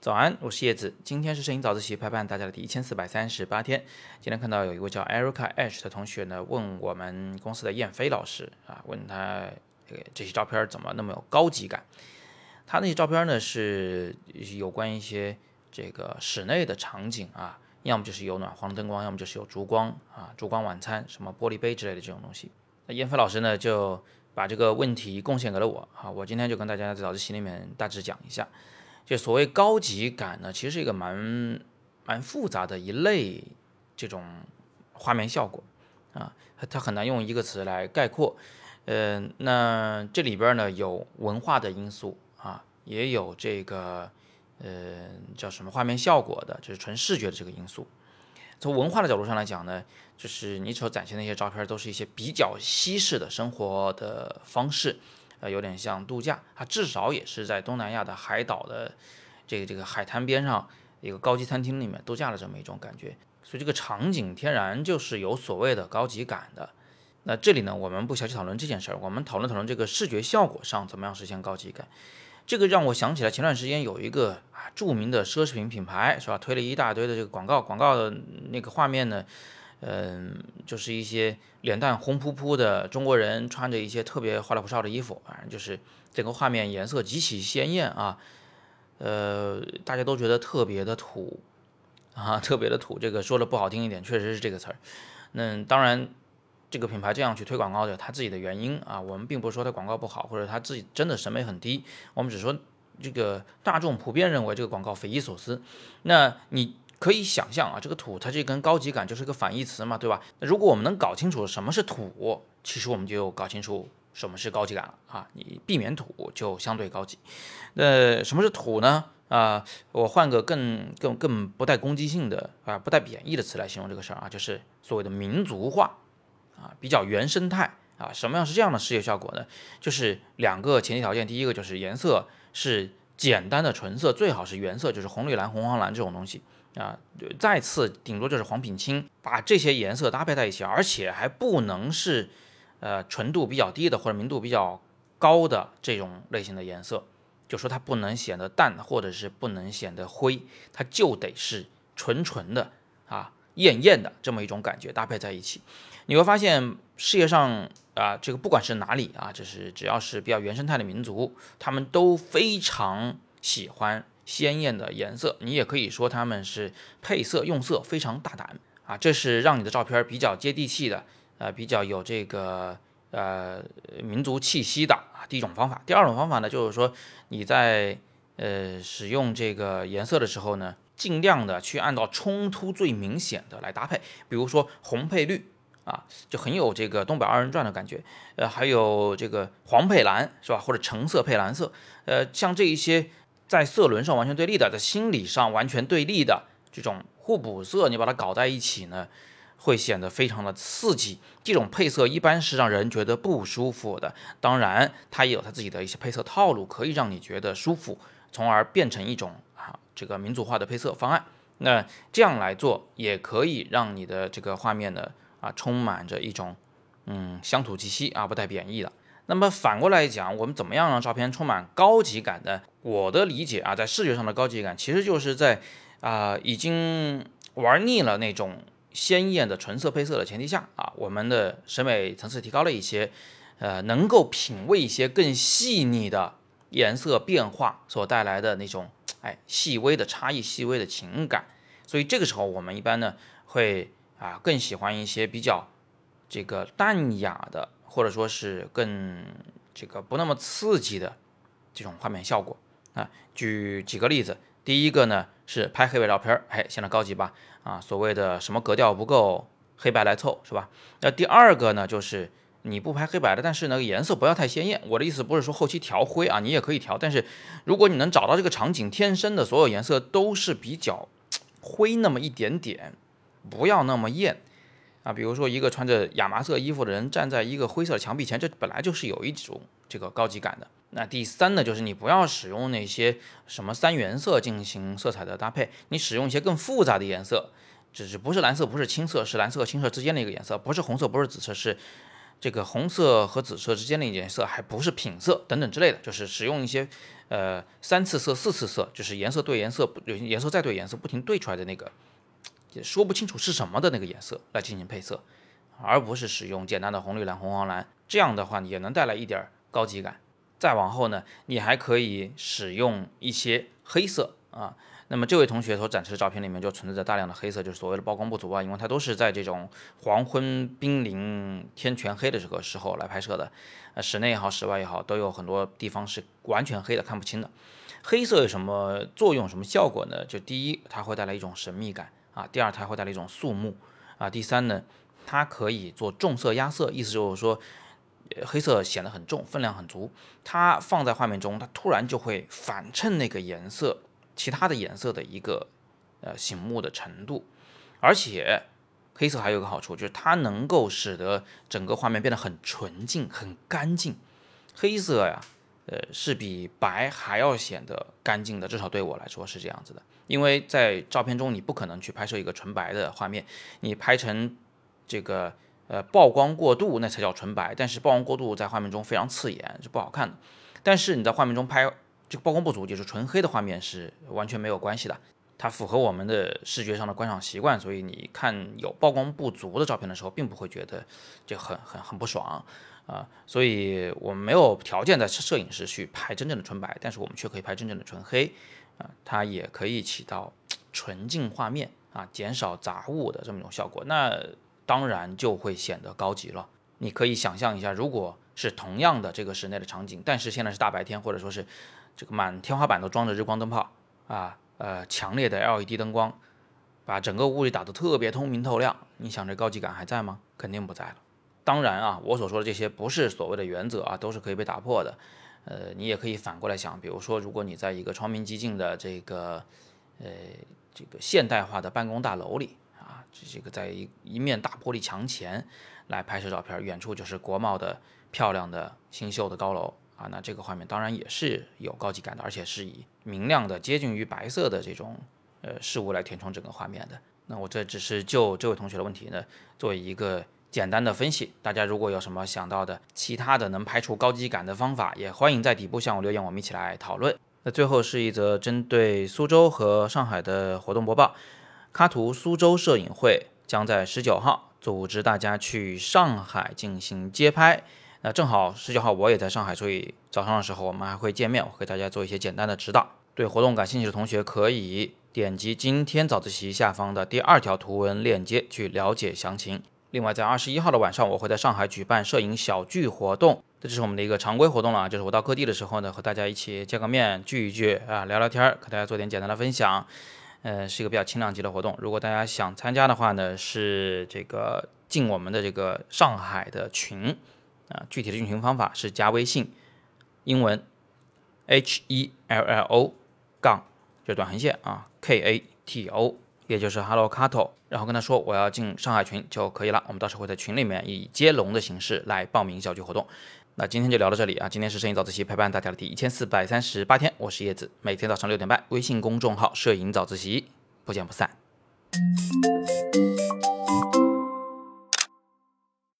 早安，我是叶子。今天是摄影早自习陪伴大家的第1438天。今天看到有一位叫 Erica H 的同学呢，问我们公司的燕飞老师问他这些照片怎么那么有高级感。他那些照片呢是有关一些这个室内的场景要么就是有暖黄灯光，要么就是有烛光烛光晚餐，什么玻璃杯之类的这种东西。那燕飞老师呢就把这个问题贡献给了我我今天就跟大家在早自习里面大致讲一下。就所谓高级感呢，其实是一个蛮复杂的一类这种画面效果它很难用一个词来概括。那这里边呢有文化的因素也有这个叫什么画面效果的，就是纯视觉的这个因素。从文化的角度上来讲呢，就是你所展现的一些照片都是一些比较西式的生活的方式。有点像度假，它至少也是在东南亚的海岛的这个海滩边上一个高级餐厅里面度假的这么一种感觉，所以这个场景天然就是有所谓的高级感的。那这里呢，我们不详细讨论这件事儿，我们讨论这个视觉效果上怎么样实现高级感。这个让我想起来前段时间有一个著名的奢侈品品牌是吧，推了一大堆的这个广告的那个画面呢。就是一些脸蛋红扑扑的中国人穿着一些特别花里胡哨的衣服，反正就是整个画面颜色极其鲜艳大家都觉得特别的土特别的土。这个说的不好听一点，确实是这个词儿。那当然，这个品牌这样去推广告的他自己的原因我们并不是说他广告不好，或者他自己真的审美很低，我们只说这个大众普遍认为这个广告匪夷所思。那你可以想象这个土它这跟高级感就是一个反义词嘛，对吧？那如果我们能搞清楚什么是土，其实我们就搞清楚什么是高级感了你避免土就相对高级。那什么是土呢？我换个更不带攻击性的不带贬义的词来形容这个事儿就是所谓的民族化比较原生态什么样是这样的视觉效果呢？就是两个前提条件，第一个就是颜色是简单的纯色，最好是原色，就是红绿蓝、红黄蓝这种东西再次顶多就是黄品青，把这些颜色搭配在一起，而且还不能是纯度比较低的或者明度比较高的这种类型的颜色，就说它不能显得淡，或者是不能显得灰，它就得是纯的艳艳的这么一种感觉搭配在一起。你会发现世界上这个不管是哪里就是只要是比较原生态的民族，他们都非常喜欢鲜艳的颜色，你也可以说他们是配色用色非常大胆这是让你的照片比较接地气的比较有这个民族气息的第一种方法。第二种方法呢，就是说你在使用这个颜色的时候呢，尽量的去按照冲突最明显的来搭配，比如说红配绿就很有这个东北二人转的感觉。还有这个黄配蓝是吧，或者橙色配蓝色。像这一些在色轮上完全对立的，在心理上完全对立的这种互补色，你把它搞在一起呢，会显得非常的刺激。这种配色一般是让人觉得不舒服的，当然它也有它自己的一些配色套路，可以让你觉得舒服，从而变成一种这个民族化的配色方案。那这样来做也可以让你的这个画面呢充满着一种乡土气息不带贬义的。那么反过来讲，我们怎么样让照片充满高级感呢？我的理解在视觉上的高级感，其实就是在已经玩腻了那种鲜艳的纯色配色的前提下我们的审美层次提高了一些，能够品味一些更细腻的颜色变化所带来的那种细微的差异、细微的情感。所以这个时候我们一般呢会更喜欢一些比较这个淡雅的，或者说是更这个不那么刺激的这种画面效果举几个例子。第一个呢是拍黑白照片，显得高级吧所谓的什么格调不够，黑白来凑是吧？那第二个呢就是你不拍黑白的，但是呢颜色不要太鲜艳。我的意思不是说后期调灰你也可以调，但是如果你能找到这个场景天生的所有颜色都是比较灰那么一点点，不要那么艳比如说一个穿着亚麻色衣服的人站在一个灰色的墙壁前，这本来就是有一种这个高级感的。那第三呢，就是你不要使用那些什么三原色进行色彩的搭配，你使用一些更复杂的颜色，只是不是蓝色不是青色，是蓝色和青色之间的一个颜色，不是红色不是紫色，是这个红色和紫色之间的颜色还不是品色等等之类的，就是使用一些3次色、4次色，就是颜色对颜色，颜色再对颜色，不停对出来的那个也说不清楚是什么的那个颜色来进行配色，而不是使用简单的红绿蓝、红黄蓝，这样的话也能带来一点高级感。再往后呢，你还可以使用一些黑色啊。那么这位同学所展示的照片里面就存在着大量的黑色，就是所谓的曝光不足啊，因为它都是在这种黄昏濒临天全黑的这个时候来拍摄的，室内也好，室外也好，都有很多地方是完全黑的，看不清的。黑色有什么作用、什么效果呢？就第一，它会带来一种神秘感啊；第二，它会带来一种肃穆啊；第三呢，它可以做重色压色，意思就是说，黑色显得很重，分量很足，它放在画面中，它突然就会反衬那个颜色，其他的颜色的一个醒目的程度。而且黑色还有一个好处，就是它能够使得整个画面变得很纯净、很干净。黑色呀，是比白还要显得干净的，至少对我来说是这样子的。因为在照片中，你不可能去拍摄一个纯白的画面，你拍成这个曝光过度，那才叫纯白。但是曝光过度在画面中非常刺眼，是不好看的。但是你在画面中拍这个曝光不足，就是纯黑的画面是完全没有关系的。它符合我们的视觉上的观赏习惯，所以你看有曝光不足的照片的时候，并不会觉得这很不爽啊。所以我们没有条件在摄影师去拍真正的纯白，但是我们却可以拍真正的纯黑啊，它也可以起到纯净画面啊，减少杂物的这么一种效果。那当然就会显得高级了。你可以想象一下，如果是同样的这个室内的场景，但是现在是大白天，或者说是这个满天花板都装着日光灯泡啊。强烈的 LED 灯光，把整个屋里打得特别通明透亮，你想这高级感还在吗？肯定不在了。当然啊，我所说的这些不是所谓的原则啊，都是可以被打破的。你也可以反过来想，比如说，如果你在一个窗明几净的这个现代化的办公大楼里啊，这个在一面大玻璃墙前来拍摄照片，远处就是国贸的漂亮的新秀的高楼。啊，那这个画面当然也是有高级感的，而且是以明亮的接近于白色的这种事物来填充整个画面的。那我这只是就这位同学的问题呢，作为一个简单的分析。大家如果有什么想到的其他的能拍出高级感的方法，也欢迎在底部向我留言，我们一起来讨论。那最后是一则针对苏州和上海的活动播报。喀图苏州摄影会将在19号组织大家去上海进行街拍。那正好19号我也在上海，所以早上的时候我们还会见面，我给大家做一些简单的指导。对活动感兴趣的同学可以点击今天早自习下方的第2条图文链接去了解详情。另外在21号的晚上，我会在上海举办摄影小聚活动，这是我们的一个常规活动了，就是我到各地的时候呢，和大家一起见个面，聚一聚啊，聊聊天，和大家做点简单的分享。是一个比较轻量级的活动。如果大家想参加的话呢，是这个进我们的这个上海的群。具体的运行方法是加微信，英文 HELLO 杠就是短横线啊 KATO， 也就是 Hello Kato， 然后跟他说我要进上海群就可以了。我们到时候会在群里面以接龙的形式来报名小聚活动。那今天就聊到这里啊！今天是摄影早自习陪伴大家的第1438天，我是叶子，每天早上6点半，微信公众号摄影早自习，不见不散。